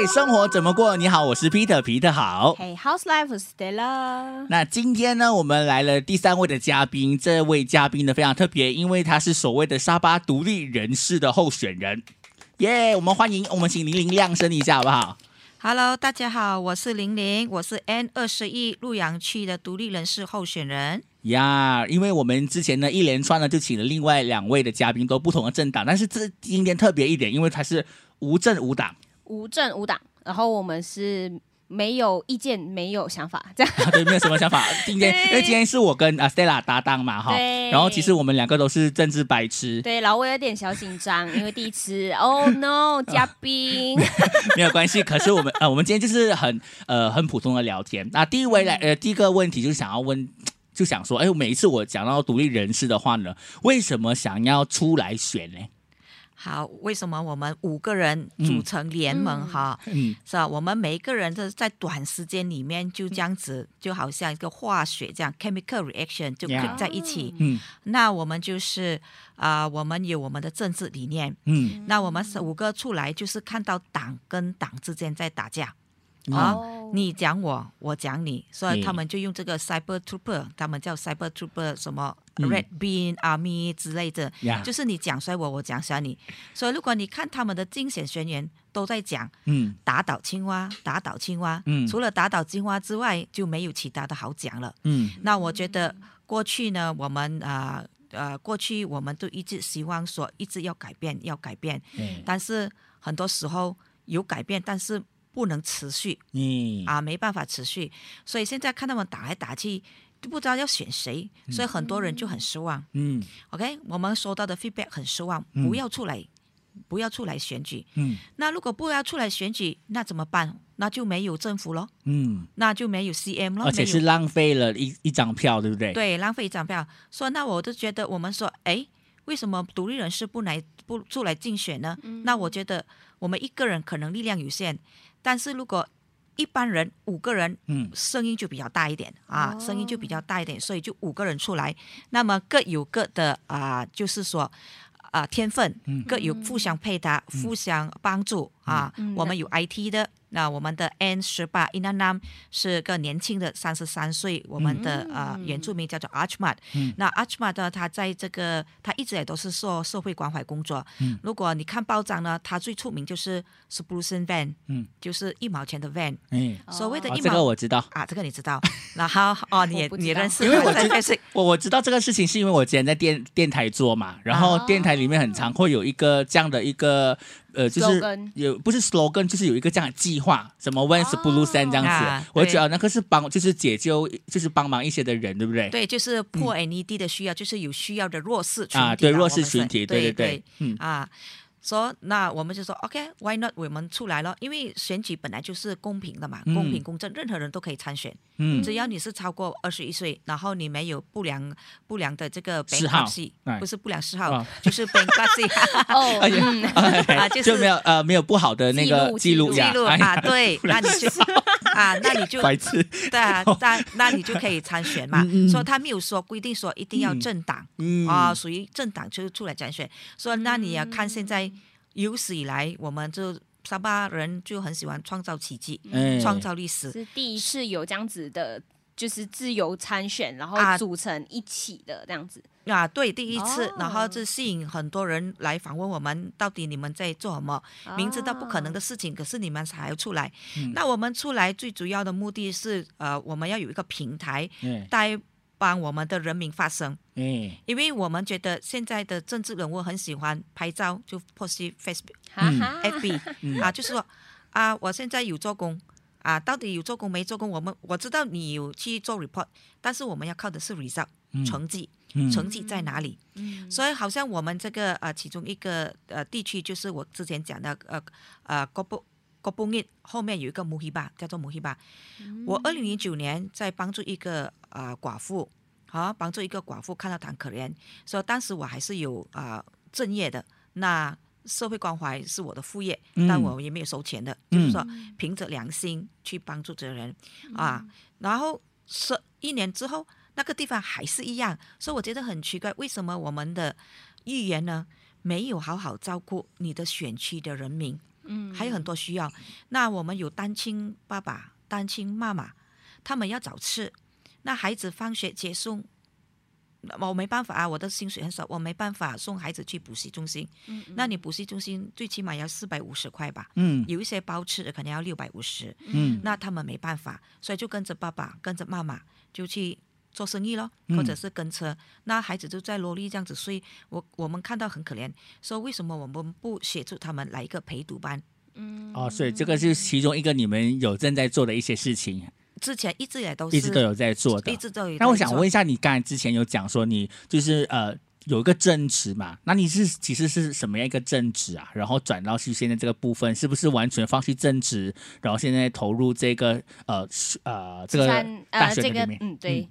生活怎么过？你好，我是 Peter， 皮特好。 Hey, how's life, Stella？ 那今天呢，我们来了第3位的嘉宾，这位嘉宾呢非常特别，因为他是所谓的沙巴独立人士的候选人。耶、我们请玲玲亮声一下好不好？ Hello， 大家好，我是玲玲，我是 N21鹿洋区的独立人士候选人。 因为我们之前呢一连串呢就请了另外2位的嘉宾，都不同的政党，但是今天特别一点，因为他是无政无党， 然后我们是没有意见，没有想法，这样对，没有什么想法。因为今天是我跟Stella 搭档嘛，哈，然后其实我们2个都是政治白痴， 对，然后我有点小紧张，因为第一次，Oh no， 嘉宾， 没有关系。可是我们今天就是很普通的聊天。那第一个问题就是想要问。就想说，每一次我讲到独立人士的话呢，为什么想要出来选呢？ 好，为什么我们5个人组成联盟哈？是吧？我们每一个人都在短时间里面就这样子，就好像一个化学这样 chemical reaction 就在一起。那我们就是我们有我们的政治理念。那我们5个出来就是看到党跟党之间在打架。你讲我，我讲你，所以他们就用这个 cyber trooper， 他们叫 cyber trooper 什么 Red Bean Army 之类的，就是你讲衰我，我讲衰你。所以如果你看他们的竞选宣言都在讲，打倒青蛙，打倒青蛙，除了打倒青蛙之外，就没有其他的好讲了。那我觉得过去呢，我们过去我们都一直希望说，一直要改变，但是很多时候有改变，但是不能持续，没办法持续，所以现在看他们打来打去，都不知道要选谁，所以很多人就很失望。OK， 我们收到的 feedback 很失望，不要出来选举。那如果不要出来选举，那怎么办？那就没有政府咯。那就没有 CM 咯， 而且是浪费了一张票，对不对？ 对，浪费一张票。所以那我就觉得我们说，为什么独立人士不出来竞选呢？那我觉得我们1个人可能力量有限，但是如果一般人5个人，声音就比较大一点声音就比较大一点，所以就5个人出来，那么各有各的就是说天分，各有互相配搭，互相帮助我们有 IT 的。那我们的 N18 Inanam 是个年轻的33岁，我们的原住民叫做 Achmad。那 Achmad 呢，他在这个他一直也都是做社会关怀工作。如果你看报章呢，他最出名就是 Sprucen Van，就是1毛钱的 van。所谓的1毛， 这个我知道这个你知道。然后你认识？ 因为我知道这个事情，是因为我之前在电台做嘛，然后电台里面很常会有一个这样的一个。就是不是 slogan， 就是有一个这样的计划，什么 When Sprucen 这样子，我觉得那个是就是解救，就是帮忙一些的人，对不对？ 对，就是 poor and needy 的需要，就是有需要的弱势群体对弱势群体，对， 那我们就说 OK，why not？ 我们出来了，因为选举本来就是公平的嘛，公平公正，任何人都可以参选，只要你是超过21岁，然后你没有不良的这个嗜好， 不是不良嗜好，就是 bankruptcy， 就是没有不好的那个记录对，那你就白痴， 对那你就可以参选嘛。所以他没有说规定说一定要政党属于政党就出来参选。所以那你要看现在有史以来，我们就沙巴人就很喜欢创造奇迹，创造历史， 是第一次有这样子的，就是自由参选，然后组成一起的这样子。 对，第一次，然后就吸引很多人来访问我们，到底你们在做什么？明知道不可能的事情，可是你们还要出来。那我们出来最主要的目的是，我们要有一个平台，帮我们的人民发声。因为我们觉得现在的政治人物很喜欢拍照，就 post Facebook、FB 就是说我现在有做工。到底有做工没做工？我知道你有去做 report， 但是我们要靠的是 result，成绩在哪里？所以好像我们这个其中一个地区，就是我之前讲的Gobongit 后面有一个穆希巴，叫做穆希巴。我2009年在帮助一个寡妇，帮助一个寡妇看到她很可怜，所以当时我还是有正业的。那社会关怀是我的副业，但我也没有收钱的，就是说凭着良心去帮助这人然后1年之后，那个地方还是一样，所以我觉得很奇怪，为什么我们的议员呢没有好好照顾你的选区的人民？ 还有很多需要。那我们有单亲爸爸、单亲妈妈，他们要早吃，那孩子放学接送。我没办法啊，我的薪水很少，我没办法送孩子去补习中心。那你补习中心最起码要450块吧？有一些包吃的可能要650。那他们没办法，所以就跟着爸爸、跟着妈妈就去做生意咯，或者是跟车。那孩子就在罗莉这样子，所以我们看到很可怜，说为什么我们不协助他们来一个陪读班？ 所以这个是其中一个你们有正在做的一些事情。 之前一直都有在做的， 一直都有。 那我想问一下，你刚才之前有讲说你就是有一个正职嘛？那你其实是什么样一个正职啊？然后转到去现在这个部分，是不是完全放弃正职，然后现在投入这个这个大学里面？ 对，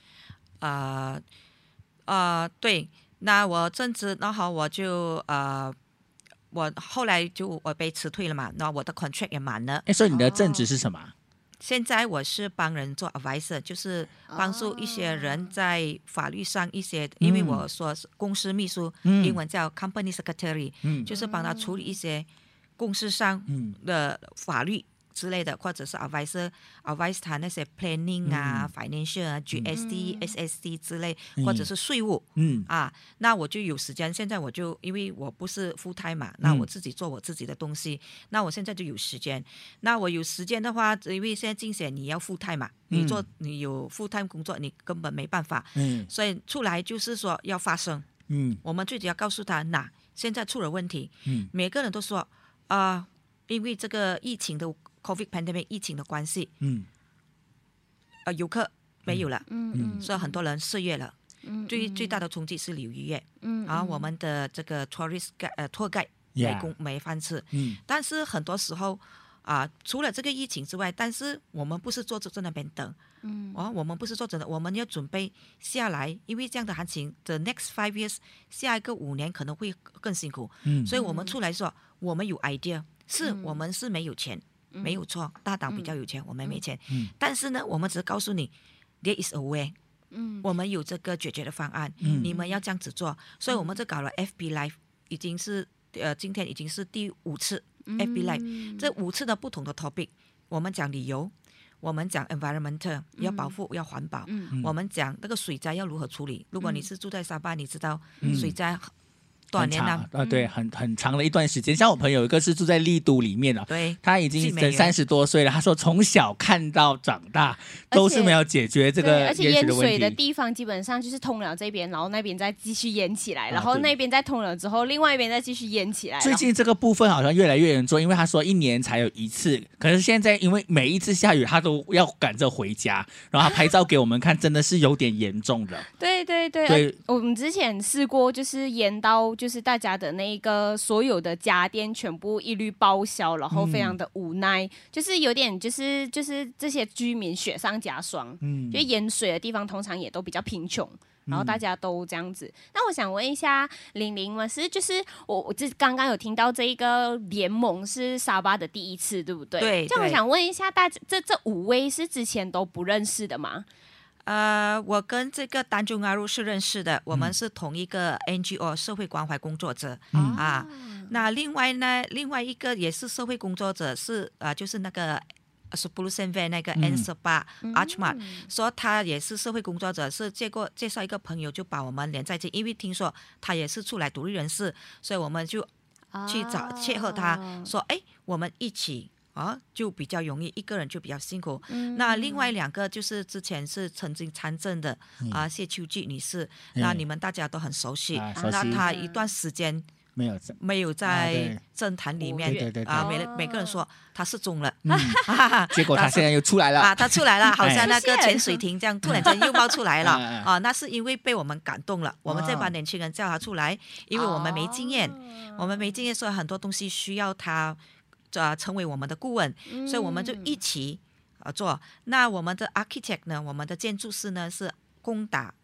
对。那我正职，然后我就我后来我被辞退了嘛，那我的 contract 也满了。 所以你的正职是什么？ 现在我是帮人做 advisor， 就是帮助一些人在法律上一些，因为我说公司秘书，英文叫 company secretary，就是帮他处理一些公司上的法律之类的，或者是 advisor advise 他那些 planning 啊、financial 啊、GST、SST 之类，或者是税务那我就有时间。现在我就因为我不是 full time 嘛，那我自己做我自己的东西，那我现在就有时间。那我有时间的话，因为现在竞选你要 full time 嘛，你有 full time 工作，你根本没办法，所以出来就是说要发声。我们最主要告诉他，现在出了问题，每个人都说因为这个疫情的COVID pandemic 疫情的关系，游客没有了，所以很多人失业了。最大的冲击是旅游业，我们的这个 tourist tour guide 没饭吃。但是很多时候除了这个疫情之外，但是我们不是坐在那边等，我们不是坐着的，我们要准备下来，因为这样的行情 the next 5 years 下一个5年可能会更辛苦，所以我们出来说我们有 idea， 是我们是没有钱。没有错，大党比较有钱，我们没钱。但是呢，我们只是告诉你 ，there is a way，我们有这个解决的方案，你们要这样子做。所以我们就搞了 FB Live， 已经是今天已经是第5次 FB Live，这5次的不同的 topic， 我们讲旅游，我们讲 environmental 要保护要环保，我们讲那个水灾要如何处理。如果你是住在沙巴，你知道水灾。 很长对，很长的一段时间。像我朋友有一个是住在丽都里面了， 对， 他已经30多岁了。他说从小看到长大都是没有解决这个而且淹水的地方基本上就是通了这边，然后那边再继续淹起来，然后那边再通了之后，另外一边再继续淹起来。 最近这个部分好像越来越严重，因为他说1年才有1次，可是现在因为每一次下雨他都要赶着回家，然后他拍照给我们看，真的是有点严重的。 对，我们之前试过，就是淹到。就是大家的那个所有的家电全部一律报销，然后非常的无奈，就是有点就是这些居民雪上加霜。就淹水的地方通常也都比较贫穷，然后大家都这样子。那我想问一下玲玲嘛，就是我刚刚有听到这一个联盟是沙巴的第1次，对不对？ 对。 这样我想问一下，大家这5位是之前都不认识的吗？ 我跟这个丹中阿鲁是认识的，我们是同一个 NGO 社会关怀工作者那另外一个也是社会工作者是就是那个 10 Senve 那个 Ansaba Achmat 说他也是社会工作者，是介绍一个朋友就把我们连在一起，因为听说他也是出来独立人士，所以我们就去切合他说我们一起就比较容易，一个人就比较辛苦。那另外2个就是之前是曾经参政的谢秋菊女士，那你们大家都很熟悉。那她一段时间没有在政坛里面每个人说她失踪了， 结果她现在又出来了她出来了，好像那个潜水艇这样突然间又冒出来了那是因为被我们感动了，我们这帮年轻人叫她出来，因为我们没经验，所以很多东西需要她成为我们的顾问，所以我们就一起做。那我们的 architect 呢，我们的建筑师呢是攻打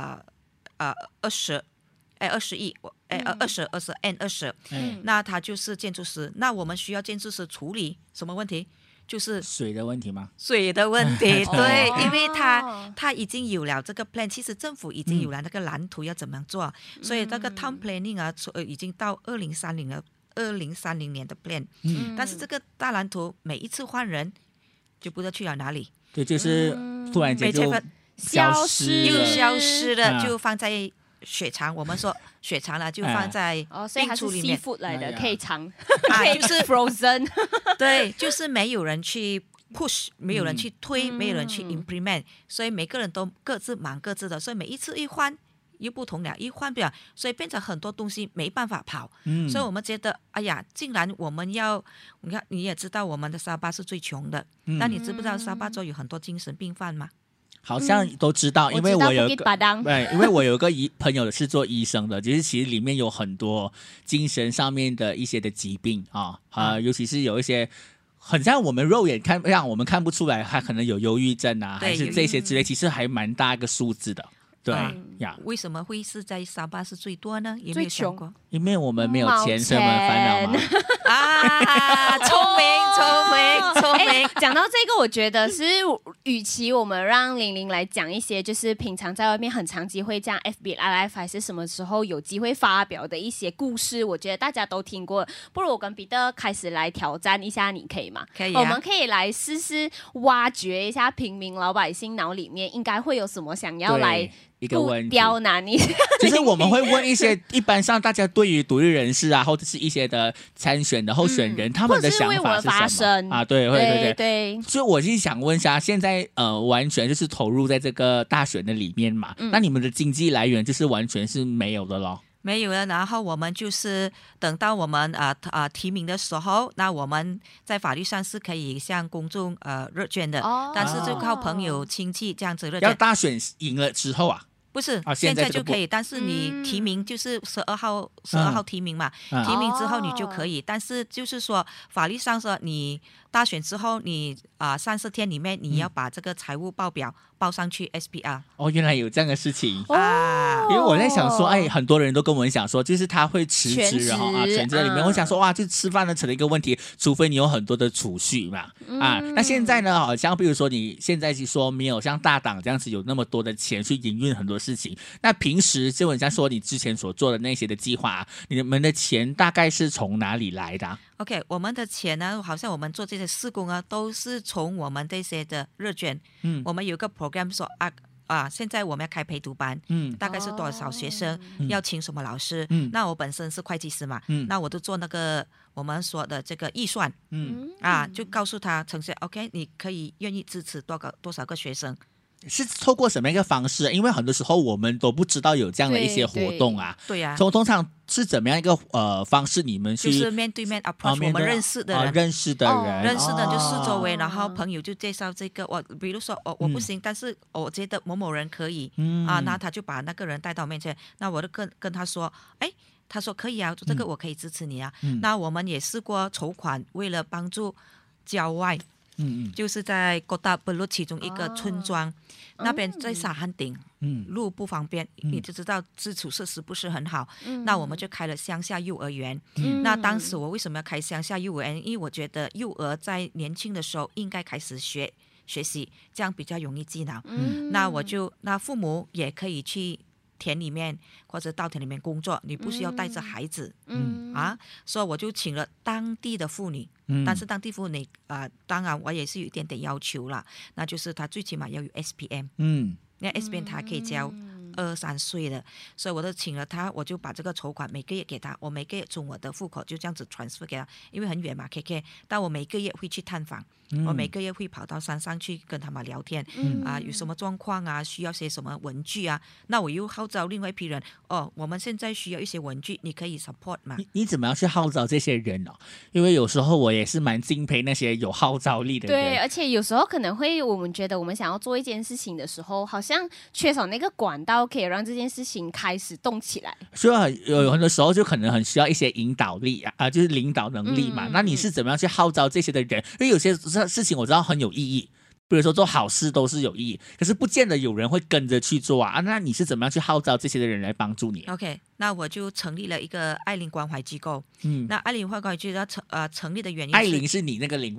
20亿N20，那他就是建筑师。那我们需要建筑师处理什么问题？就是水的问题吗？ 水的问题，对，因为他已经有了这个 plan， 其实政府已经有了那个蓝图要怎么做，所以这个 town planning 已经到2030了。 2030年的 plan，但是这个大蓝图每一次换人就不知道去了哪里。 对，就是突然间就消失了，就放在雪藏，我们说雪藏了就放在冰橱里面。 food 来的可以藏， 就是 frozen。 对，就是没有人去 push， 没有人去推，没有人去 implement， 所以每个人都各自忙各自的，所以每一次一换又不同了，一换不了，所以变成很多东西没办法跑。所以我们觉得，哎呀，既然我们要，你看你也知道我们的沙巴是最穷的，但你知不知道沙巴州有很多精神病犯吗？ 好像都知道，因为我有一个对，因为我有一个朋友是做医生的，就是其实里面有很多精神上面的一些的疾病尤其是有一些很像我们肉眼让我们看不出来，他可能有忧郁症啊，还是这些之类，其实还蛮大一个数字的。对呀， 为什么会是在沙巴是最多呢？有没有想过？ 因为我们没有钱，所以我们烦恼嘛。 聪明。 讲到这个，我觉得是，与其我们让玲玲来讲一些，就是平常在外面很长机会这样 FB Live 还是什么时候有机会发表的一些故事，我觉得大家都听过。不如我跟彼得开始来挑战一下，你可以吗？ 可以。 我们可以来试试挖掘一下平民老百姓脑里面应该会有什么想要来一个问题， 刁难你。 就是我们会问一些一般上大家对于独立人士啊，或者是一些的参选的候选人，他们的想法是什么啊？对。所以我是想问一下，现在完全就是投入在这个大选的里面嘛，那你们的经济来源就是完全是没有的咯？ 没有了，然后我们就是等到我们提名的时候，那我们在法律上是可以向公众热捐的，但是就靠朋友亲戚这样子热捐。 要大选赢了之后啊？ 不是，现在就可以，但是你提名就是12号提名嘛，提名之后你就可以，但是就是说法律上说你大选之后你30天里面你要把这个财务报表报上去 SPR。 原来有这样的事情因为我在想说，很多人都跟我们讲说，就是他会辞职，然后全职在里面。我想说，哇，就吃饭的成了一个问题，除非你有很多的储蓄嘛，那现在呢，好像比如说你现在是说没有像大党这样子有那么多的钱去营运很多事情，那平时就人家说你之前所做的那些的计划，你们的钱大概是从哪里来的 ？OK， 我们的钱呢，好像我们做这些事工都是从我们这些的热捐。我们有个 program 说现在我们要开陪读班，大概是多少学生，要请什么老师。那我本身是会计师嘛，那我都做那个我们说的这个预算，就告诉他呈现 OK， 你可以愿意支持多少个学生。 是透过什么一个方式？因为很多时候我们都不知道有这样的一些活动啊。 对呀。 通常是怎么样一个方式？你们去就是面对面 approach 我们认识的人， 认识的就四周围，然后朋友就介绍这个比如说我不行，但是我觉得某某人可以那他就把那个人带到我面前，那我就跟他说，他说可以啊，这个我可以支持你啊。那我们也试过筹款，为了帮助郊外。就是在Kota Belud其中一个村庄，那边在沙滩顶，路不方便，你就知道基础设施不是很好，那我们就开了乡下幼儿园。那当时我为什么要开乡下幼儿园？因为我觉得幼儿在年轻的时候应该开始学习，这样比较容易记牢。那父母也可以去田里面或者稻田里面工作，你不需要带着孩子，所以我就请了当地的妇女，但是当地妇女当然我也是有一点点要求啦，那就是她最起码要有 SPM，那 SPM 她可以教2-3岁的，所以我就请了她，我就把这个筹款每个月给她，我每个月从我的户口就这样子 transfer 给她，因为很远嘛 KK， 但我每个月会去探访，我每个月会跑到山上去跟他们聊天，有什么状况啊，需要些什么文具啊，那我又号召另外一批人，我们现在需要一些文具，你可以 support 吗？ 你怎么样去号召这些人因为有时候我也是蛮敬佩那些有号召力的人。 对，而且有时候可能会我们觉得我们想要做一件事情的时候，好像缺少那个管道可以让这件事情开始动起来， 所以有很多时候就可能很需要一些引导力就是领导能力嘛。那你是怎么样去号召这些的人？因为有些事情我知道很有意义，比如说做好事都是有意义，可是不见得有人会跟着去做那你是怎么样去号召这些的人来帮助你 ？OK， 那我就成立了一个爱邻关怀机构。那爱邻关怀机构成立的原因是， 爱邻是你那个邻吗？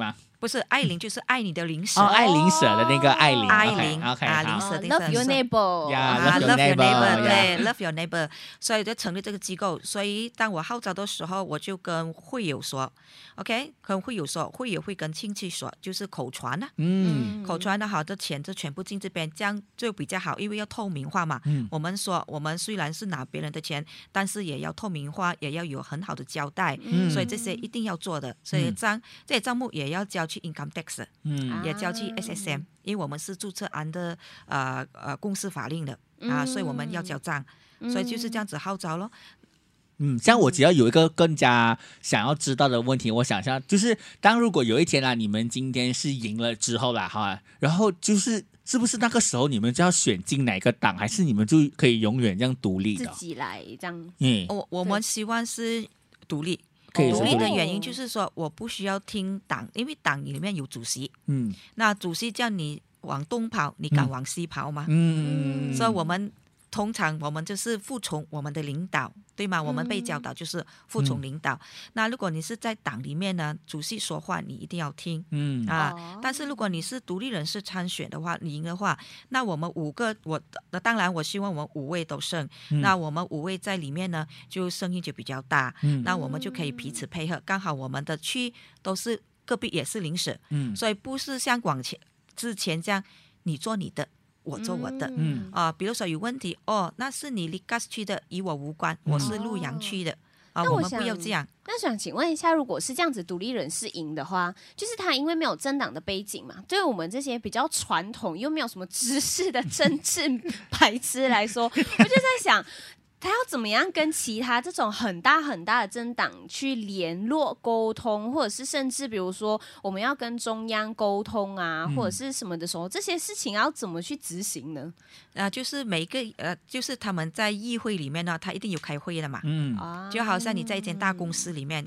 不是爱邻，就是爱你的邻舍。 爱邻舍的那个爱邻， 爱邻 ，OK， 邻舍的 Love your neighbor， Love your neighbor， 对 ，Love your neighbor， 所以就成立这个机构。所以当我号召的时候，我就跟会友说 ，OK， 跟会友说，会友会跟亲戚说，就是口传啊，口传的好的钱就全部进这边，这样就比较好，因为要透明化嘛。我们说我们虽然是拿别人的钱，但是也要透明化，也要有很好的交代，所以这些一定要做的。所以这些账目也要交去 income tax，也交去 SSM， 因为我们是注册按的公司法令的所以我们要交账，所以就是这样子号召咯。 像我只要有一个更加想要知道的问题，我想象就是当如果有一天啦，你们今天是赢了之后啦，哈，然后是不是那个时候你们就要选进哪个党，还是你们就可以永远这样独立的？ 自己来这样？ 我们希望是独立。独立的原因就是说，我不需要听党，因为党里面有主席。那主席叫你往东跑，你敢往西跑吗？所以我们通常我们就是服从我们的领导，对吗？我们被教导就是服从领导。那如果你是在党里面呢，主席说话你一定要听，但是如果你是独立人士参选的话，你赢的话，那我们5个，当然我希望我们5位都胜，那我们5位在里面呢，就声音就比较大，那我们就可以彼此配合，刚好我们的区都是隔壁也是邻舍，所以不是像之前这样你做你的，我做我的，比如说有问题，那是你Likas区的，与我无关，我是鹿洋区的，我们不要这样。 那想请问一下，如果是这样子独立人士赢的话，就是他因为没有政党的背景嘛，对我们这些比较传统又没有什么知识的政治白痴来说，我就在想，他要怎么样跟其他这种很大很大的政党去联络沟通，或者是甚至比如说我们要跟中央沟通啊，或者是什么的时候，这些事情要怎么去执行呢？ 就是每一个就是他们在议会里面呢，他一定有开会的嘛，就好像你在一间大公司里面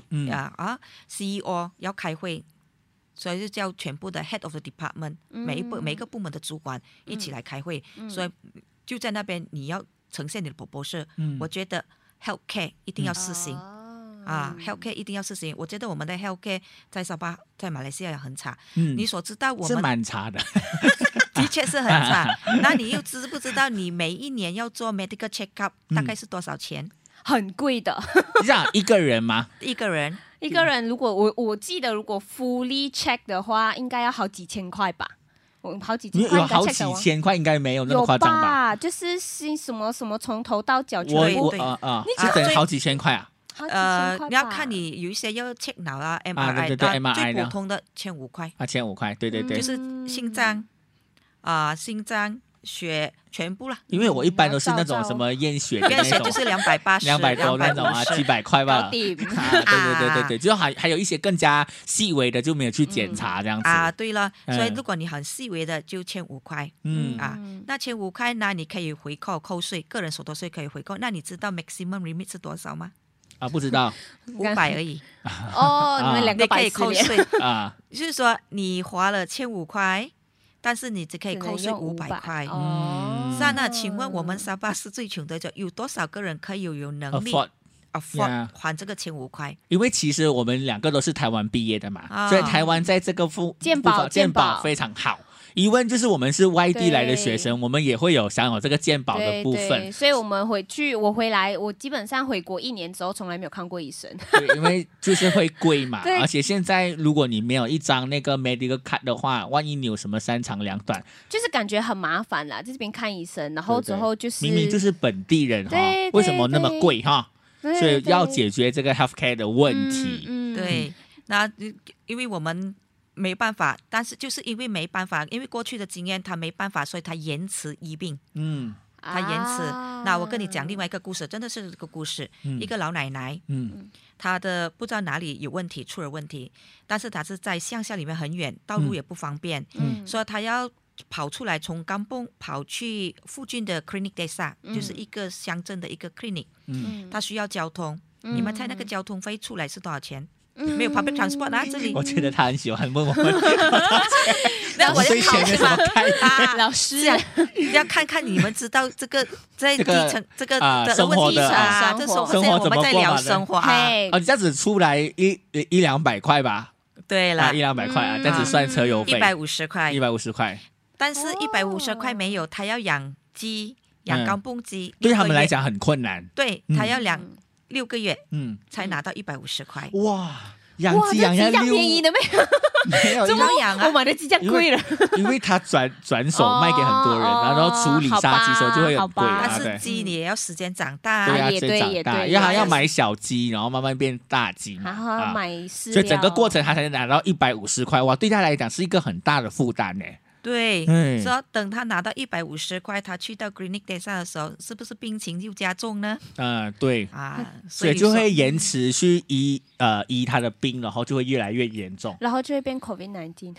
CEO 要开会，所以就叫全部的 head of the department，每一个部门的主管一起来开会，所以就在那边你要呈现你的 proposal，我觉得 healthcare 一定要实行healthcare 一定要实行。我觉得我们的 healthcare 在沙巴在马来西亚也很差，你所知道我们是蛮差的的确是很差那你又知不知道你每一年要做 medical check up 大概是多少钱？ 很贵的你想一个人吗？ 一个人如果我记得如果 fully check 的话应该要好几千块吧，好几千块， 有好几千块应该没有那么夸张吧？ 就是什么什么从头到脚全部， 是等好几千块啊？ 你要看你有一些要 check 脑啊 MRI， 最普通的1500块 ，1500块，对， 就是心脏血全部了。 因为我一般都是那种什么验血的那种， 验血就是280 多那种700块吧。对，就还有一些更加细微的就没有去检查这样子对了，所以如果你很细微的就1500块，那1500块呢你可以扣税，个人所得税可以回扣。那你知道 maximum limit 是多少吗？ 不知道 ，500而已。 你们2个可以扣税就是说你花了1500块。但是你只可以扣税500块。那请问我们沙巴是最穷的，有多少个人可以有能力 afford 还这个1500块？ 因为其实我们2个都是台湾毕业的嘛，所以台湾在这个健保非常好。疑问就是我们是外地来的学生，我们也会有享有这个健保的部分， 所以我们我回来，我基本上回国1年之后从来没有看过医生。 对，因为就是会贵嘛而且现在如果你没有一张那个 medical card 的话，万一你有什么3长2短， 就是感觉很麻烦啦，在这边看医生，然后之后就是明明就是本地人为什么那么贵所以要解决这个 healthcare 的问题。 对，那因为我们没办法，但是就是因为没办法，因为过去的经验他没办法，所以他延迟医病。他延迟。那我跟你讲另外一个故事，真的是这个故事。一个老奶奶，她的不知道哪里有问题，出了问题，但是她是在乡下里面很远，道路也不方便，所以她要跑出来，从甘榜跑去附近的 clinic desa，就是一个乡镇的一个 clinic，她需要交通。你们猜那个交通费出来是多少钱？没有 public transport 这里。 我觉得他很喜欢问我们那我对钱有什么概念老师要看看你们知道这个在基层这个的生活的生活我们在聊生活你这样子出来100-200块吧， 对了 ，100-200块啊，但只算车油费 150块 ，150块。 但是150块没有，他要养鸡，养高蹦鸡， 对他们来讲很困难。 对，他要6个月，才拿到150块。 哇，养鸡养下6，便宜的没有， 怎么养啊？ 我买的鸡价贵了， 因为他转手卖给很多人，然后处理杀鸡的时候就会很贵啊。 但是鸡你也要时间长大， 对啊，长大，因为他要买小鸡，然后慢慢变大鸡， 然后买饲料， 所以整个过程他才能拿到150块。哇，对他来讲是一个很大的负担呢。 对，所以等他拿到150块，他去到 Clinic Day 上的时候，是不是病情又加重呢？ 对啊，所以就会延迟去医他的病，然后就会越来越严重， 然后就会变 COVID-19。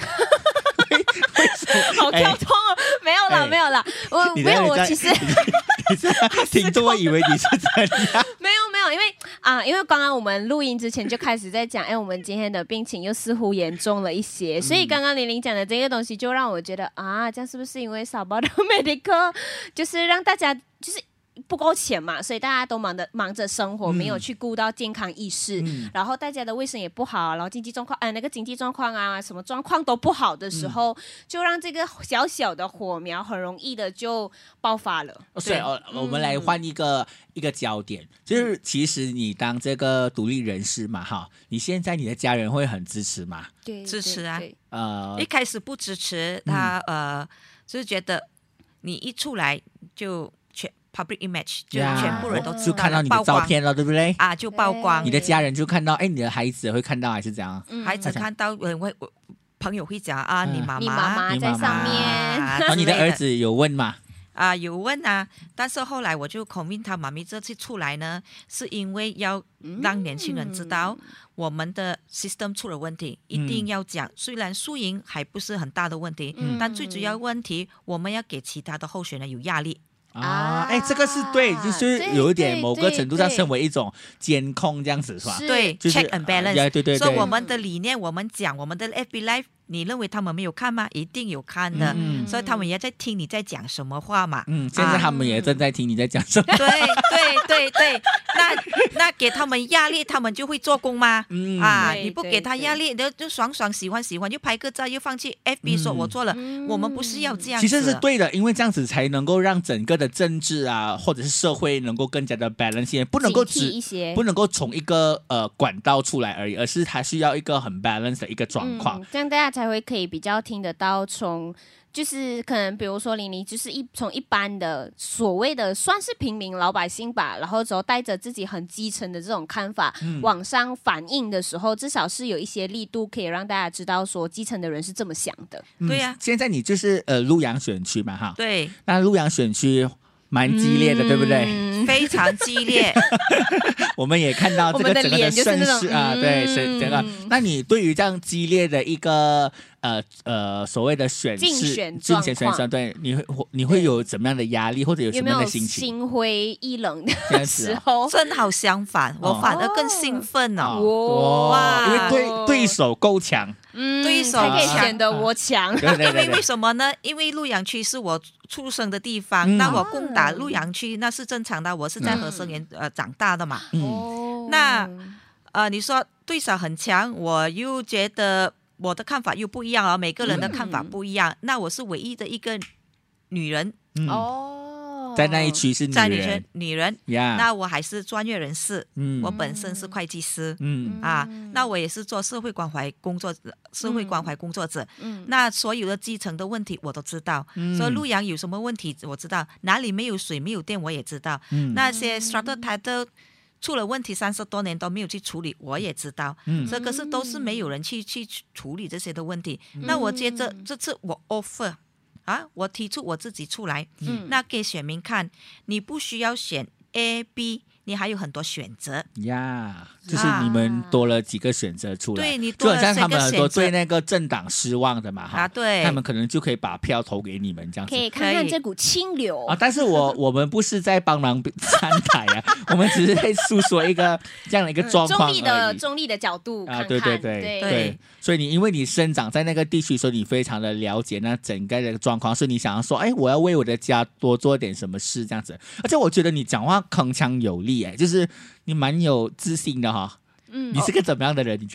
好跳脱哦！没有啦，我其实听众会以为你是怎样？ 没有，因为刚刚我们录音之前就开始在讲，我们今天的病情又似乎严重了一些，所以刚刚玲玲讲的这个东西就让我觉得这样是不是因为少报的 medical 就是让大家就是不够钱嘛，所以大家都忙着生活，没有去顾到健康意识，然后大家的卫生也不好，然后经济状况什么状况都不好的时候，就让这个小小的火苗很容易的就爆发了。 所以我们来换一个焦点，就是其实你当这个独立人士嘛，你现在你的家人会很支持吗？ 对， 支持啊。一开始不支持他，就是觉得你一出来就public image 就全部人都知道， 就看到你的照片了，对不对？ 就曝光， 你的家人就看到，你的孩子会看到还是怎样？ 孩子看到，朋友会讲你妈妈在上面， 然后你的儿子有问吗？ 有问啊，但是后来我就 convince 他妈咪这次出来呢，是因为要让年轻人知道我们的 system 出了问题，一定要讲。虽然输赢还不是很大的问题，但最主要问题我们要给其他的候选人有压力。 这个是对，就是有一点某个程度上成为一种监控这样子是吧？ 对，就是 check and balance。 对， 所以我们的理念，我们讲我们的 FB Live， 你认为他们没有看吗？一定有看的，所以他们也在听你在讲什么话嘛。 现在他们也正在听你在讲什么。 对，那给他们压力，他们就会做工吗？你不给他压力，就爽喜欢就拍个照，又放弃 FB 说我做了，我们不是要这样子。 其实是对的，因为这样子才能够让整个的政治或者是社会能够更加的 balance， 不能够从一个管道出来而已，而是它需要一个很 balance 的一个状况， 这样大家才会可以比较听得到就是可能比如说玲玲就是从一般的所谓的算是平民老百姓吧，然后之后带着自己很基层的这种看法往上反映的时候，至少是有一些力度可以让大家知道说基层的人是这么想的。 对呀， 现在你就是鹿洋选区嘛对， 那鹿洋选区蛮激烈的，对不对？ 非常激烈。 我们也看到这个整个的盛世对，整个。那你对于这样激烈的一个所谓的竞选状，对，你会有怎么样的压力，或者有什么样的心情？ 心灰意冷的时候， 正好相反，我反而更兴奋哇！因为对手够强。 对手才可以显得我强。 因为什么呢？因为鹿洋区是我出生的地方，那我攻打鹿洋区那是正常的，我是在合生园长大的嘛。那你说对手很强，我又觉得我的看法又不一样，每个人的看法不一样。那我是唯一的一个女人在那一区是女人，那我还是专业人士，我本身是会计师，那我也是做社会关怀工作者，那所有的基层的问题我都知道，所以鹿洋有什么问题我知道，哪里没有水没有电我也知道，那些 strata title 出了问题30多年都没有去处理我也知道，这个是都是没有人去处理这些的问题，那我接着这次我 offer我提出我自己出来，那给选民看，你不需要选 A、B， 你还有很多选择就是你们多了几个选择出来， 对，你多了就好像他们很多对那个政党失望的嘛对， 他们可能就可以把票投给你们这样子， 可以看看这股清流但是我们不是在帮忙站台我们只是在诉说一个这样的一个状况中立的角度看看对，所以因为你生长在那个地区，所以你非常的了解那整个的状况，所以你想要说我要为我的家多做点什么事这样子，而且我觉得你讲话铿锵有力就是你蛮有自信的你是个怎么样的人？你觉得？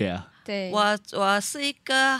对， 我是一个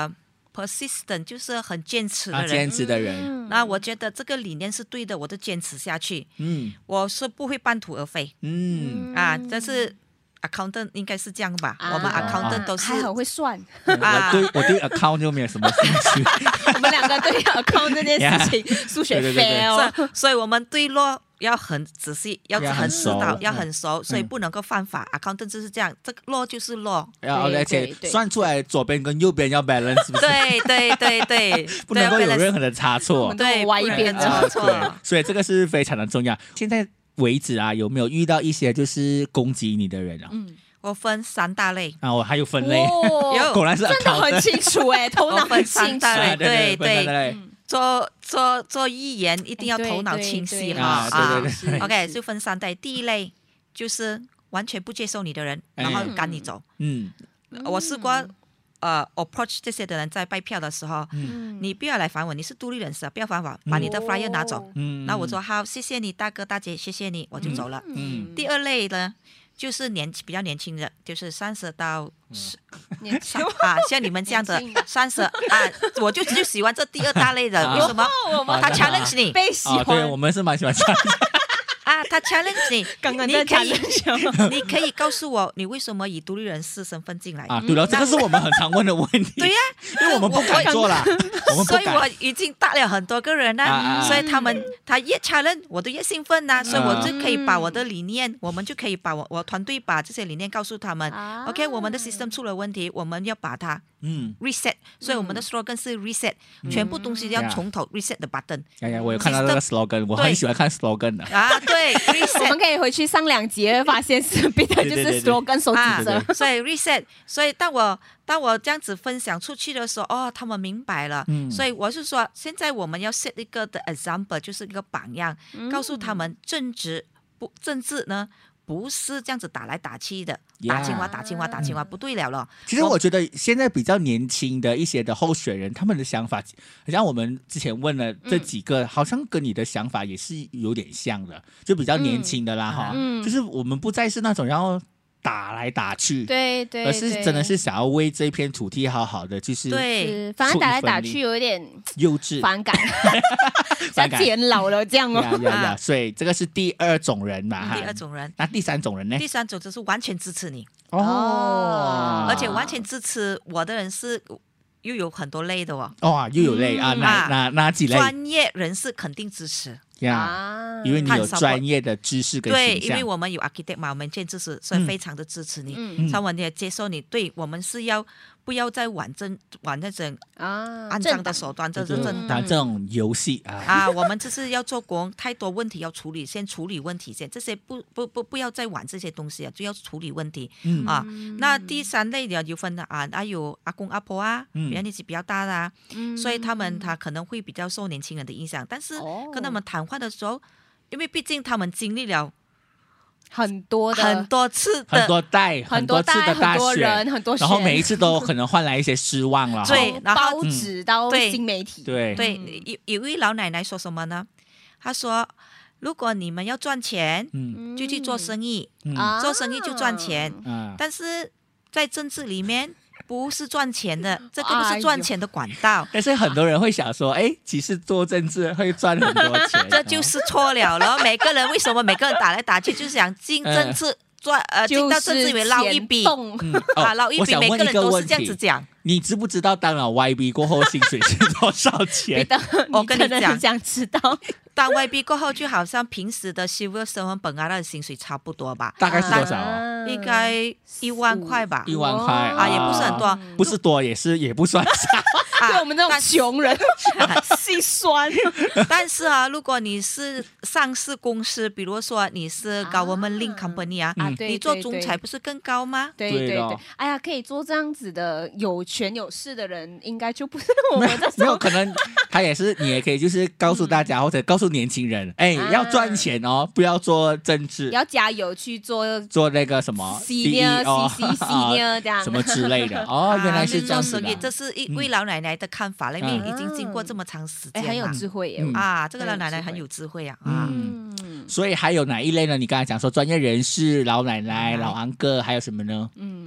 persistent， 就是很坚持的人， 坚持的人。 那我觉得这个理念是对的，我就坚持下去。我是不会半途而废。这是 accountant 应该是这样吧？我们 accountant 都是还很会算。 我对 account 就没有什么兴趣。 我们两个对 account 这件事情数学 fail， 所以我们对 law 要很仔细，要很知道，要很熟，所以不能够犯法。accountant 就是这样，这个 law 就是 law， 而且算出来左边跟右边要 balance， 是不是？ 对， 不能够有任何的差错， 对，歪一边的错。 所以这个是非常的重要。现在为止啊，有没有遇到一些就是攻击你的人啊？ 我分3大类啊，我还有分类，果然是真的很清楚哎，头脑很清楚。 对，做议员一定要头脑清晰哈。 对。 OK， 就分3类。第一类就是完全不接受你的人，然后赶你走。我试过approach 这些的人在拜票的时候，你不要来烦我，你是独立人士，不要烦我，把你的 flyer 拿走。那我说好，谢谢你大哥大姐，谢谢你，我就走了。第二类呢，就是比较年轻的，就是30到像你们这样的30我就喜欢这第2大类的。为什么？他 challenge 你， 被喜欢。 对，我们是蛮喜欢 challenge。 他 challenge 你， 刚刚在 challenge 你可以告诉我你为什么以独立人士身份进来对了，这个是我们很常问的问题。 对呀， 因为我们不敢做啦， 所以我已经带了很多个人所以他越 challenge 我都越兴奋所以我就可以把我的理念，我们就可以把我团队把这些理念告诉他们。OK， 我们的 system 出了问题，我们要把它reset， 所以我们的 slogan 是 reset， 全部东西要从头 reset the button。 我有看到这个 slogan， 我很喜欢看 slogan 的对我们可以回去上2集会发现是彼得就是 slogan 手指着。 所以 reset， 所以当我这样子分享出去的时候，他们明白了。所以我是说，现在我们要 set 一个的 example， 就是一个榜样，告诉他们政治呢不是这样子打来打去的，打青蛙不对了。 其实我觉得现在比较年轻的一些的候选人，他们的想法，好像我们之前问了这几个，好像跟你的想法也是有点像的，就比较年轻的啦就是我们不再是那种要打来打去， 对， 而是真的是想要为这片土地好好的，就是对，反正打来打去有一点幼稚反感，像显老了这样所以这个是第2种人嘛。 第2种人， 那第3种人呢？ 第3种就是完全支持你而且完全支持我的人是又有很多类的又有类哪几类？ 专业人士肯定支持。 因为你有专业的知识跟形象。 对，因为我们有 architect 嘛，我们建筑师，所以非常的支持你。他们也接受你。对，我们是不要再玩那种肮脏的手段，这是这种游戏我们就是要做工，太多问题要处理，先处理问题先，这些不要再玩这些东西就要处理问题那第3类的有分有阿公阿婆年纪比较大的所以他可能会比较受年轻人的影响，但是跟他们谈话的时候，因为毕竟他们经历了很多次的很多次的大选，然后每一次都可能换来一些失望了。 对，然后报纸到新媒体， 对，有位老奶奶说什么呢？她说：“如果你们要赚钱，就去做生意，做生意就赚钱。但是在政治里面。”不是赚钱的，这个不是赚钱的管道。 但是很多人会想说，其实做政治会赚很多钱， 这就是错了。然后每个人为什么每个人打来打去，就是想进政治进到政治里面捞一笔捞一笔，每个人都是这样子讲。 你知不知道当了 YB 过后薪水是多少钱？ 我跟你讲， 想知道。 当 YB 过后，就好像平时的 civil servant 本来的薪水差不多吧？ 大概是多少应该1万块吧 ？1万块也不是很多， 不是多也不算少。 对我们这种穷人心酸。 但是如果你是上市公司，比如说你是 government link company 你做总裁不是更高吗？ 对，哎呀，可以做这样子的有权有势的人，应该就不是我们这种。 没有可能，你也可以就是告诉大家，或者告诉年轻人，要赚钱不要做政治， 要加油去做那个什么 senior 这样什么之类的。原来是这样子的。 这是一位老奶奶的看法，因为已经经过这么长时间， 很有智慧耶这个老奶奶很有智慧所以还有哪一类呢？你刚才讲说专业人士、老奶奶、老安哥，还有什么呢？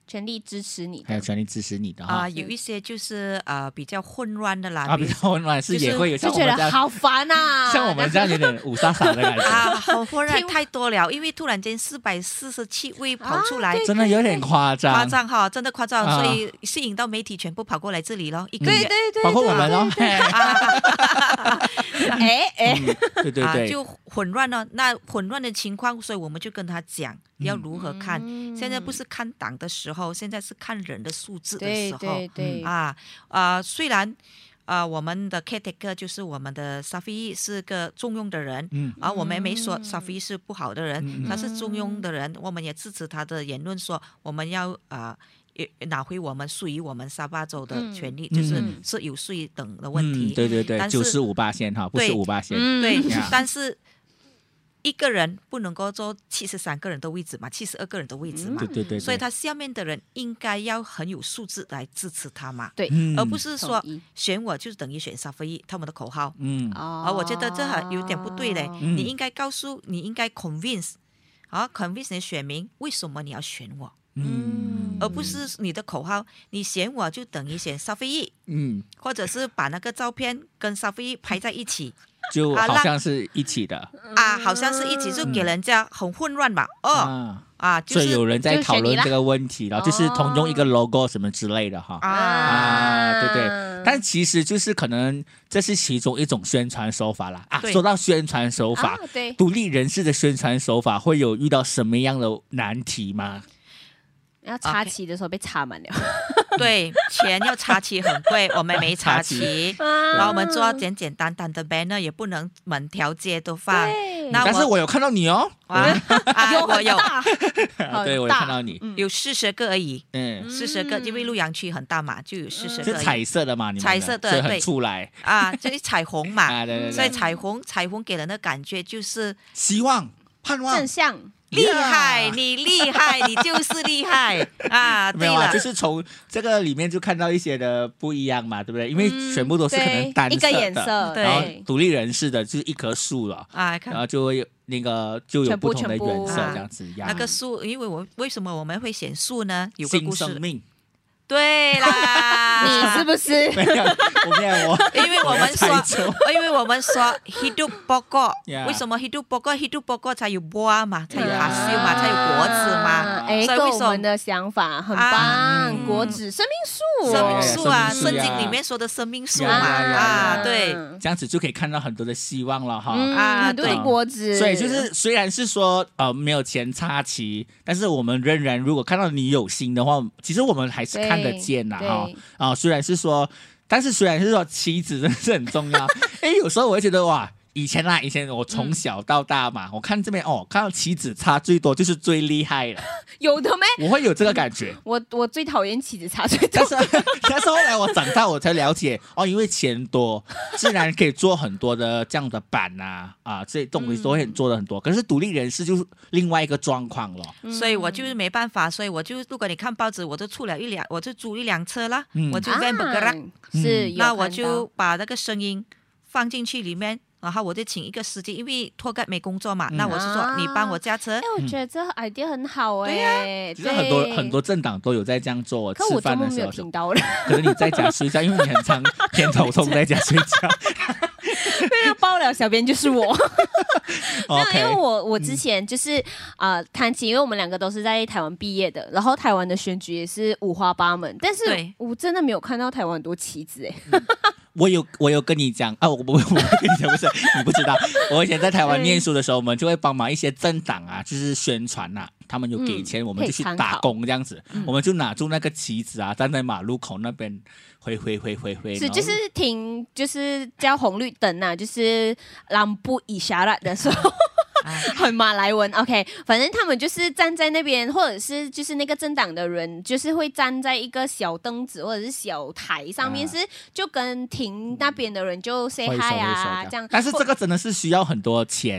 全力支持你的， 还有全力支持你的哈。 有一些就是比较混乱的啦， 比较混乱是也会有， 就觉得好烦啊， 像我们这样有点五沙沙的感觉好混乱太多了，因为突然间447位跑出来， 真的有点夸张， 夸张哈，真的夸张，所以吸引到媒体全部跑过来这里咯，一个月， 对， 包括我们咯，对， 就混乱了。那混乱的情况，所以我们就跟他讲要如何看。现在不是看党的时候，现在是看人的素质的时候。 对虽然我们的 caretaker 就是我们的 Safi 是个中庸的人，我们没说 Safi 是不好的人，他是中庸的人，我们也支持他的言论，说我们要拿回我们属于我们沙巴州的权利，就是有税等的问题。 对，95%哈，不是5%。 对，但是一个人不能够做73个人的位置嘛，72个人的位置嘛， 对， 所以他下面的人应该要很有素质来支持他嘛， 对， 而不是说选我就等于选沙菲他们的口号，而我觉得这有点不对嘞，你应该你应该 convince 你的选民为什么你要选我，而不是你的口号，你选我就等于选沙菲或者是把那个照片跟沙菲拍在一起。 就好像是一起的好像是一起，就给人家很混乱吧。 所以有人在讨论这个问题了，就是同用一个 logo 什么之类的哈。对，但其实就是可能这是其中一种宣传手法啦。说到宣传手法，独立人士的宣传手法会有遇到什么样的难题吗？ 要插旗的时候被插满了， 对，钱要插旗很贵，我们没插旗，然后我们做简简单单的 banner 也不能满条街都放。 但是我有看到你哦， 我有， 对，我有看到你， 有40个而已，40个，因为鹿阳区很大嘛，就有40个， 是彩色的嘛，你们彩色的， 所以很出来就是彩虹嘛， 对， 所以彩虹给人的感觉就是希望、盼望、 正向。 厉害，你厉害，你就是厉害没有啊，就是从这个里面就看到一些的不一样嘛，对不对？因为全部都是可能单色的， 一个颜色， 然后独立人士的就是一棵树了然后就会有就有不同的颜色这样子。 那个树，因为为什么我们会选树呢？有个故事。 新生命。 对啦， 你是不是？ 没有， 因为我们说 hidup pokok， 为什么 hidup pokok？hidup pokok 才有buah嘛，才有hasil嘛，才有果子嘛。 跟我们的想法很棒，果子、生命树啊，圣经里面说的生命树嘛，对， 这样子就可以看到很多的希望了哈。 很多的果子。 所以就是虽然是说没有钱插旗，但是我们仍然如果看到你有心的话，其实我们还是看得见呐虽然是说旗子真的是很重要。有时候我会觉得哇，以前我从小到大嘛，我看这边看到旗子插最多就是最厉害了。 有的没？ 我会有这个感觉。 我最讨厌旗子插最多， 但是后来我长大我才了解因为钱多，自然可以做很多的这样的版这些东西都会做的很多。可是独立人士就是另外一个状况了， 所以我就是没办法，所以我就如果你看报纸，我就我就租一辆车啦，我就 van bergerak，那我就把那个声音放进去里面。然后我就请一个司机，因为托盖没工作嘛，那我是说你帮我驾车。 我觉得这 idea 很好对呀， 其实很多政党都有在这样做。 可我周末没有听到了。 可是你在家睡觉，因为你很常偏头痛在家睡觉。 那爆料小编就是我。因为我之前就是谈起，因为我们两个都是在台湾毕业的，然后台湾的选举也是五花八门，但是我真的没有看到台湾很多旗子我有跟你讲我跟你讲，不是你不知道，我以前在台湾念书的时候，我们就会帮忙一些政党就是宣传他们有给钱，我们就去打工这样子，我们就拿住那个旗子站在马路口那边挥， 是就是停，就是叫红绿灯就是lampu isyarat的时候。很马来文 ，OK， 反正他们就是站在那边，或者是就是那个政党的人，就是会站在一个小凳子或者是小台上面，是就跟停那边的人就 say hi 这样。 但是这个真的是需要很多钱，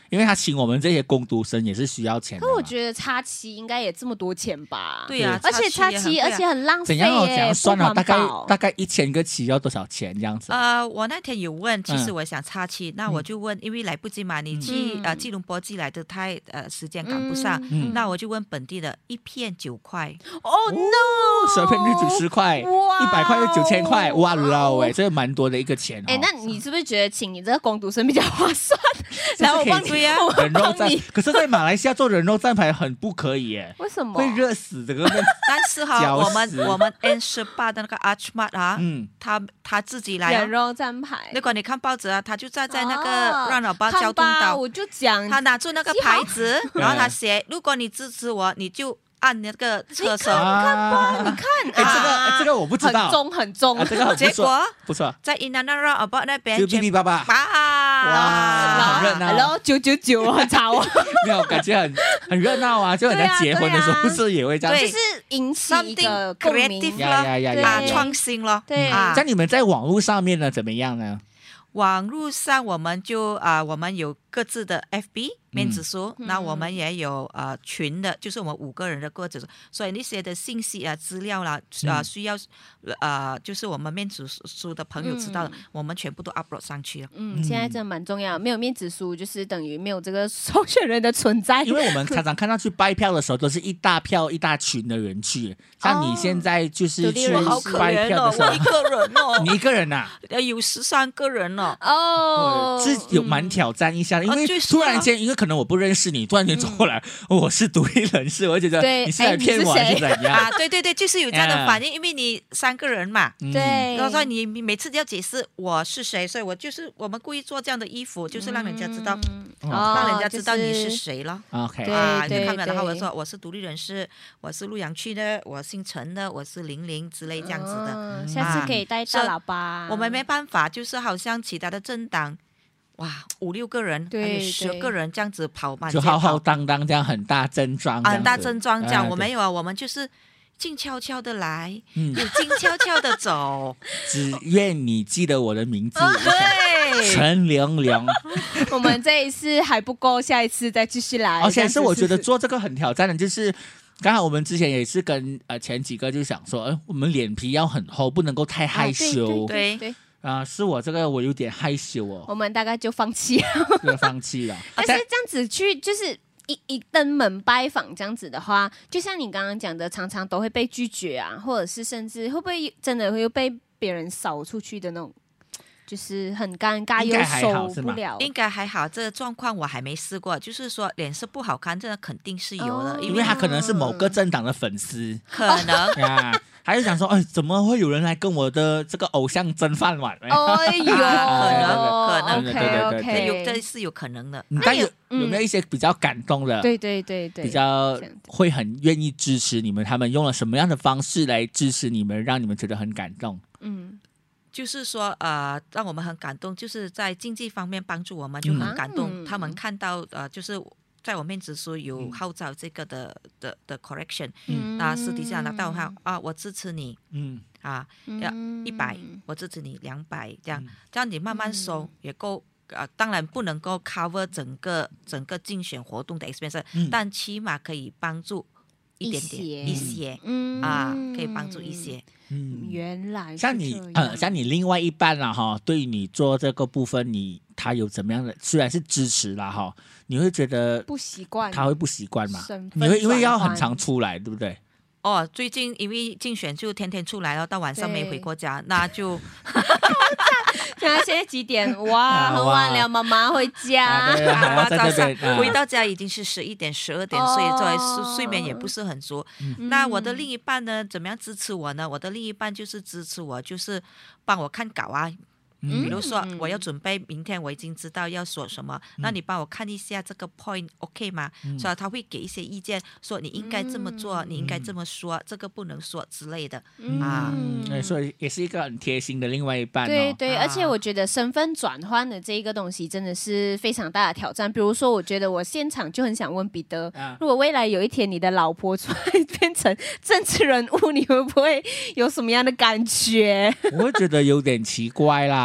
因为他请我们这些工读生也是需要钱的。 可我觉得叉7应该也这么多钱吧？ 对啊， 而且叉7而且很浪费怎样算啊？大概1000个期要多少钱这样子？ 我那天有问，其实我想叉7，那我就问，因为来不及嘛，你去吉隆坡寄来的太时间赶不上，那我就问本地的，1片9块。 Oh no！ 10片就90块，100块就9000块，哇老哎，这蛮多的一个钱。 那你是不是觉得请你这个工读生比较划算？ 然后我帮你啊， 人肉站，可是在马来西亚做人肉站牌很不可以耶。 为什么？ 会热死这个。 但是我们 N18的那个 Archmart 啊，他自己来人肉站牌。 如果你看报纸啊，他就在那个roundabout交通道， 我就讲他拿出那个牌子，然后他写，如果你支持我，你就按那个车手， 你看吧，你看， 这个我不知道， 很重， 这个结果不错， 在 Inanna Roundabout 那边就噼噼啪啪， 哇， 很热闹， 然后999很吵， 没有感觉很热闹啊，就很像结婚的时候不是也会这样， 就是引起一个共鸣创新咯， 对， 在你们在网络上面呢怎么样呢？ 网络上我们就我们有各自的 FB 面子书，那我们也有群的，就是我们5个人的个子，所以那些的信息啊、资料啦需要就是我们面子书的朋友知道的，我们全部都 upload 上去了。 现在真的蛮重要，没有面子书就是等于没有这个候选人的存在。 因为我们常常看到去拜票的时候，都是一大票一大群的人去，像你现在就是去拜票的时候， 我一个人哦， 你一个人啊？ 有13个人哦， 是有蛮挑战一下的，因为突然间，因为可能我不认识你，突然间走过来，我是独立人士，我就觉得你是来骗我还是怎样啊？对对对，就是有这样的反应，因为你3个人嘛， 对， 然后你每次要解释我是谁，所以我们故意做这样的衣服，就是让人家知道，让人家知道你是谁了。 OK， 你看没有？然后我说我是独立人士，我是鹿洋区的，我姓陈的，我是00之类这样子的。 下次可以带大喇叭。 我们没办法，就是好像其他的政党。哇，5、6个人，还有10个人这样子跑嘛， 就浩浩荡荡这样很大阵仗， 很大阵仗这样。我没有啊，我们就是静悄悄的来，也静悄悄的走。 只愿你记得我的名字， 对， 陈玲玲。 我们这一次还不够，下一次再继续来。 而且是我觉得做这个很挑战的，就是刚好我们之前也是跟前几个就想说，我们脸皮要很厚，不能够太害羞。 对。 是我这个我有点害羞哦， 我们大概就放弃了， 就放弃了。 但是这样子去就是一登门拜访这样子的话，就像你刚刚讲的，常常都会被拒绝啊，或者是甚至会不会真的会被别人扫出去的那种，就是很尴尬又受不了。 应该还好，这个状况我还没试过。就是说脸色不好看，这个肯定是有的， 因为他可能是某个政党的粉丝， 可能呀。还是想说，怎么会有人来跟我的这个偶像争饭碗？ 哎呦， 可能， 对， 这是有可能的。 但有没有一些比较感动的？ 对， 比较会很愿意支持你们，他们用了什么样的方式来支持你们，让你们觉得很感动？ 就是说，让我们很感动，就是在经济方面帮助我们，就很感动。他们看到，就是在我面子书有号召这个的 correction， 那私底下拿到我支持你，要100，我支持你200，这样你慢慢收也够。当然不能够 cover 整个竞选活动的 expense，但起码可以帮助一点点一些，可以帮助一些。 原来像你另外一半啦哈，对于你做这个部分，他有怎么样的？虽然是支持啦哈，你会觉得不习惯， 他会不习惯吗？你会因为要很常出来，对不对？ 最近因为竞选就天天出来了，到晚上没回过家，那就现在几点？哇，很晚了，妈妈回家。 早上回到家已经是11点、12点，所以作为睡眠也不是很足。那我的另一半呢，怎么样支持我呢？我的另一半就是支持我，就是帮我看稿啊。比如说我要准备明天我已经知道要说什么，那你帮我看一下这个 point OK 吗？所以他会给一些意见，说你应该这么做，你应该这么说，这个不能说之类的所以也是一个很贴心的另外一半。 对，而且我觉得身份转换的这一个东西真的是非常大的挑战。比如说我觉得我现场就很想问彼得，如果未来有一天你的老婆出来变成政治人物，你会不会有什么样的感觉？ 我会觉得有点奇怪啦。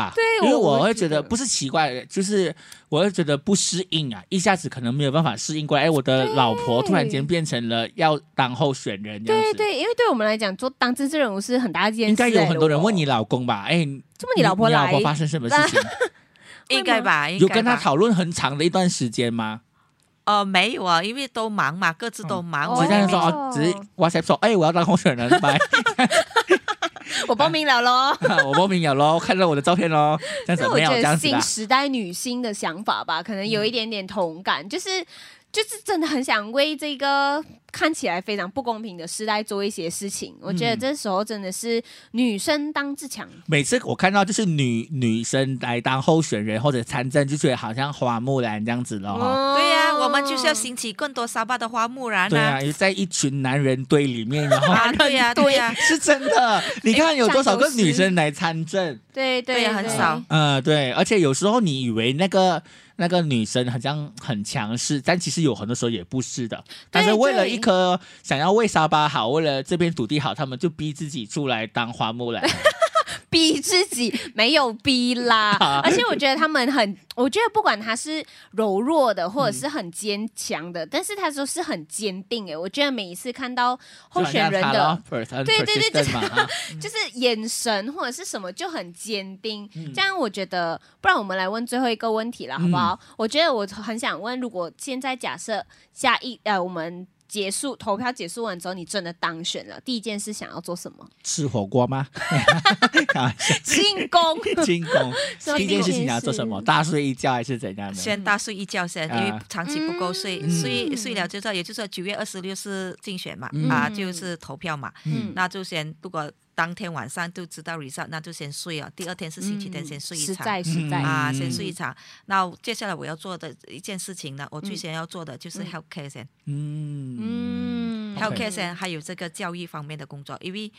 吧？ 对， 因为我会觉得不是奇怪，就是我会觉得不适应啊，一下子可能没有办法适应过来。我的老婆突然间变成了要当候选人，这样子。 对，因为对我们来讲，当政治人物是很大一件事。 应该有很多人问你老公吧？ 这么你老婆来， 你老婆发生什么事情？ 应该吧？ 有跟他讨论很长的一段时间吗？ 没有啊，因为都忙嘛，各自都忙。 只是说只是 WhatsApp 说，我要当候选人，拜。 我报名了咯我报名了咯，看到我的照片咯，这样子没有这样子的。 新时代女性的想法吧，可能有一点点同感，就是真的很想为这个看起来非常不公平的时代做一些事情。我觉得这时候真的是女生当自强。 每次我看到就是女生来当候选人或者参政，就觉得好像花木兰这样子了对呀，我们就是要兴起更多沙巴的花木兰。 对啊，在一群男人堆里面，然后对呀， 是真的。你看有多少个女生来参政？ 对， 很少。 对，而且有时候你以为那个女生好像很强势，但其实有很多时候也不是的。但是为了一颗想要为沙巴好，为了这片土地好，他们就逼自己出来当花木兰。 逼自己没有逼啦，而且我觉得他们我觉得不管他是柔弱的或者是很坚强的，但是他都是很坚定。我觉得每一次看到候选人的，对，就是眼神或者是什么就很坚定。这样我觉得，不然我们来问最后一个问题了，好不好？我觉得我很想问，如果现在假设我们投票结束完之后，你真的当选了，第一件事想要做什么？ 吃火锅吗？ 进攻。 第一件事情你要做什么？大睡一觉还是怎样的？ 先大睡一觉先，因为长期不够睡，睡了就知道，也就是说9月26是竞选嘛，就是投票嘛，那就先如果当天晚上就知道 result， 那就先睡啊。第二天是星期天，先睡一场， 实在先睡一场。那接下来我要做的一件事情呢，我最先要做的就是 healthcare 先，healthcare 先，还有这个教育方面的工作，因为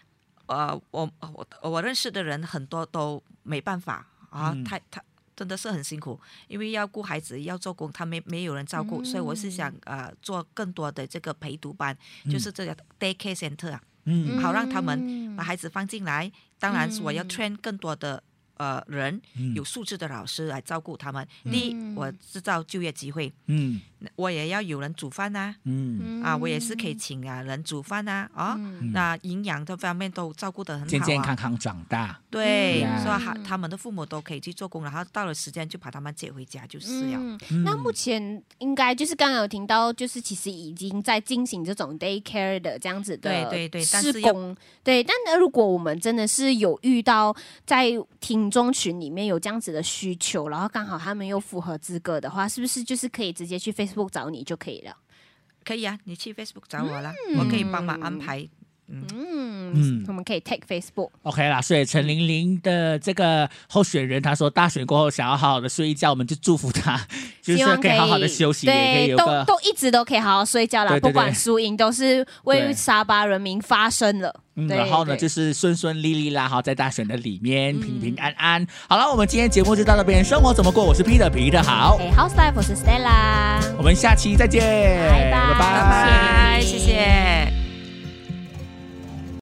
我认识的人很多都没办法啊，他真的是很辛苦，因为要顾孩子，要做工，他没有人照顾，所以我是想做更多的这个陪读班，就是这个 daycare center 啊。好让他们把孩子放进来，当然我要 train 更多的人，有素质的老师来照顾他们。第一，我制造就业机会，我也要有人煮饭啊，我也是可以请人煮饭啊，那营养这方面都照顾得很好， 健健康康长大。 对，所以他们的父母都可以去做工，然后到了时间就把他们接回家就是了。 那目前应该就是刚刚有听到，就是其实已经在进行这种 daycare 的这样子的施工。对，但如果我们真的是有遇到在听众群里面有这样子的需求，然后刚好他们又符合资格的话，是不是就是可以直接去 Facebook 找你就可以了？ 可以啊，你去 Facebook 找我啦，我可以帮忙安排。 我们可以 take Facebook。 OK 啦，所以陈玲玲的这个候选人，他说大选过后想要好好的睡一觉，我们就祝福他，就是可以好好的休息，也可以有个都一直都可以好好睡觉啦，不管输赢都是为沙巴人民发声了。 然后呢，就是顺顺利利啦，好，在大选的里面平平安安。好了，我们今天节目就到这边，生活怎么过？我是 Peter 好 ，House Life 我是 Stella， 我们下期再见， 拜拜。